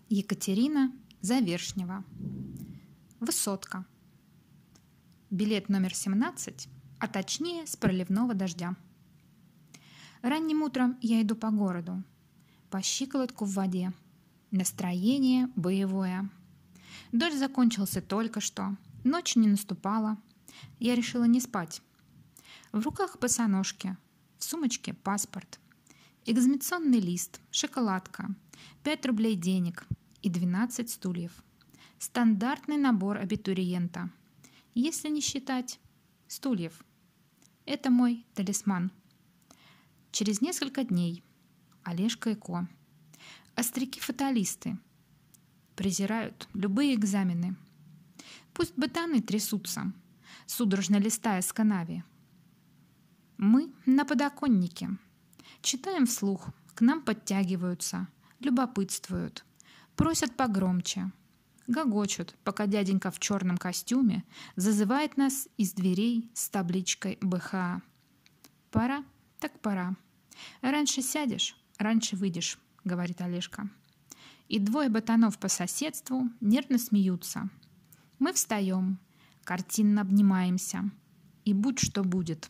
Екатерина Завершнева. Высотка. Билет номер 17, а точнее с проливного дождя. Ранним утром я иду по городу, по щиколотку в воде. Настроение боевое. Дождь закончился только что, ночь не наступала. Я решила не спать. В руках босоножки, в сумочке паспорт, экзаменационный лист, шоколадка, 5 рублей денег и 12 стульев. Стандартный набор абитуриента, если не считать стульев. Это мой талисман. Через несколько дней Олежка и Ко. Остряки-фаталисты презирают любые экзамены. Пусть ботаны трясутся, судорожно листая с канавы. Мы на подоконнике. Читаем вслух, к нам подтягиваются, любопытствуют, просят погромче, гогочут, пока дяденька в черном костюме зазывает нас из дверей с табличкой БХА. Пора, так пора. Раньше сядешь, раньше выйдешь, говорит Олежка. И двое ботанов по соседству нервно смеются. Мы встаем, картинно обнимаемся. И будь что будет.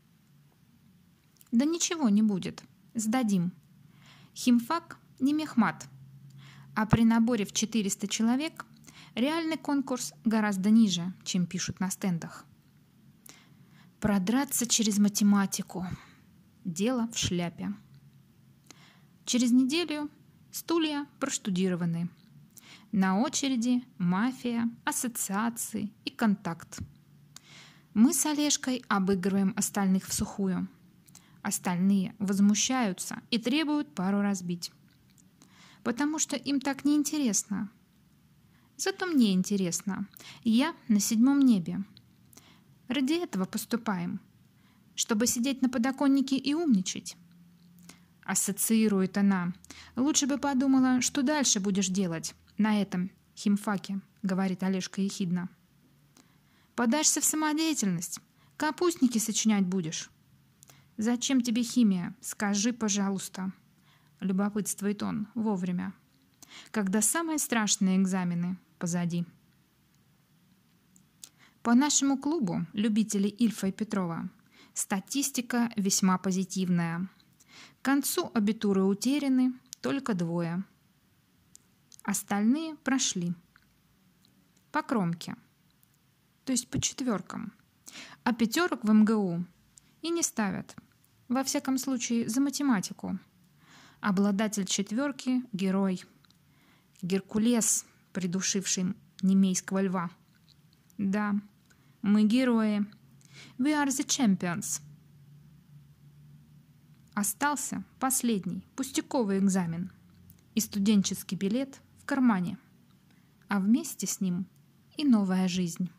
Да ничего не будет. Сдадим. Химфак не мехмат. А при наборе в 400 человек реальный конкурс гораздо ниже, чем пишут на стендах. Продраться через математику. Дело в шляпе. Через неделю стулья проштудированы. На очереди мафия, ассоциации и контакт. Мы с Олежкой обыгрываем остальных всухую. Остальные возмущаются и требуют пару разбить. Потому что им так неинтересно. Зато мне интересно. Я на 7 небе. Ради этого поступаем. Чтобы сидеть на подоконнике и умничать. Ассоциирует она. Лучше бы подумала, что дальше будешь делать на этом химфаке, говорит Олежка ехидно. Подашься в самодеятельность. Капустники сочинять будешь. Зачем тебе химия? Скажи, пожалуйста. Любопытствует он вовремя, когда самые страшные экзамены позади. По нашему клубу любителей Ильфа и Петрова статистика весьма позитивная. К концу абитуры утеряны только 2. Остальные прошли. По кромке, то есть по 4. А 5 в МГУ и не ставят. Во всяком случае, за математику. Обладатель 4 – герой. Геркулес, придушивший немейского льва. Да, мы герои. We are the champions. Остался последний, пустяковый экзамен. И студенческий билет в кармане. А вместе с ним и новая жизнь.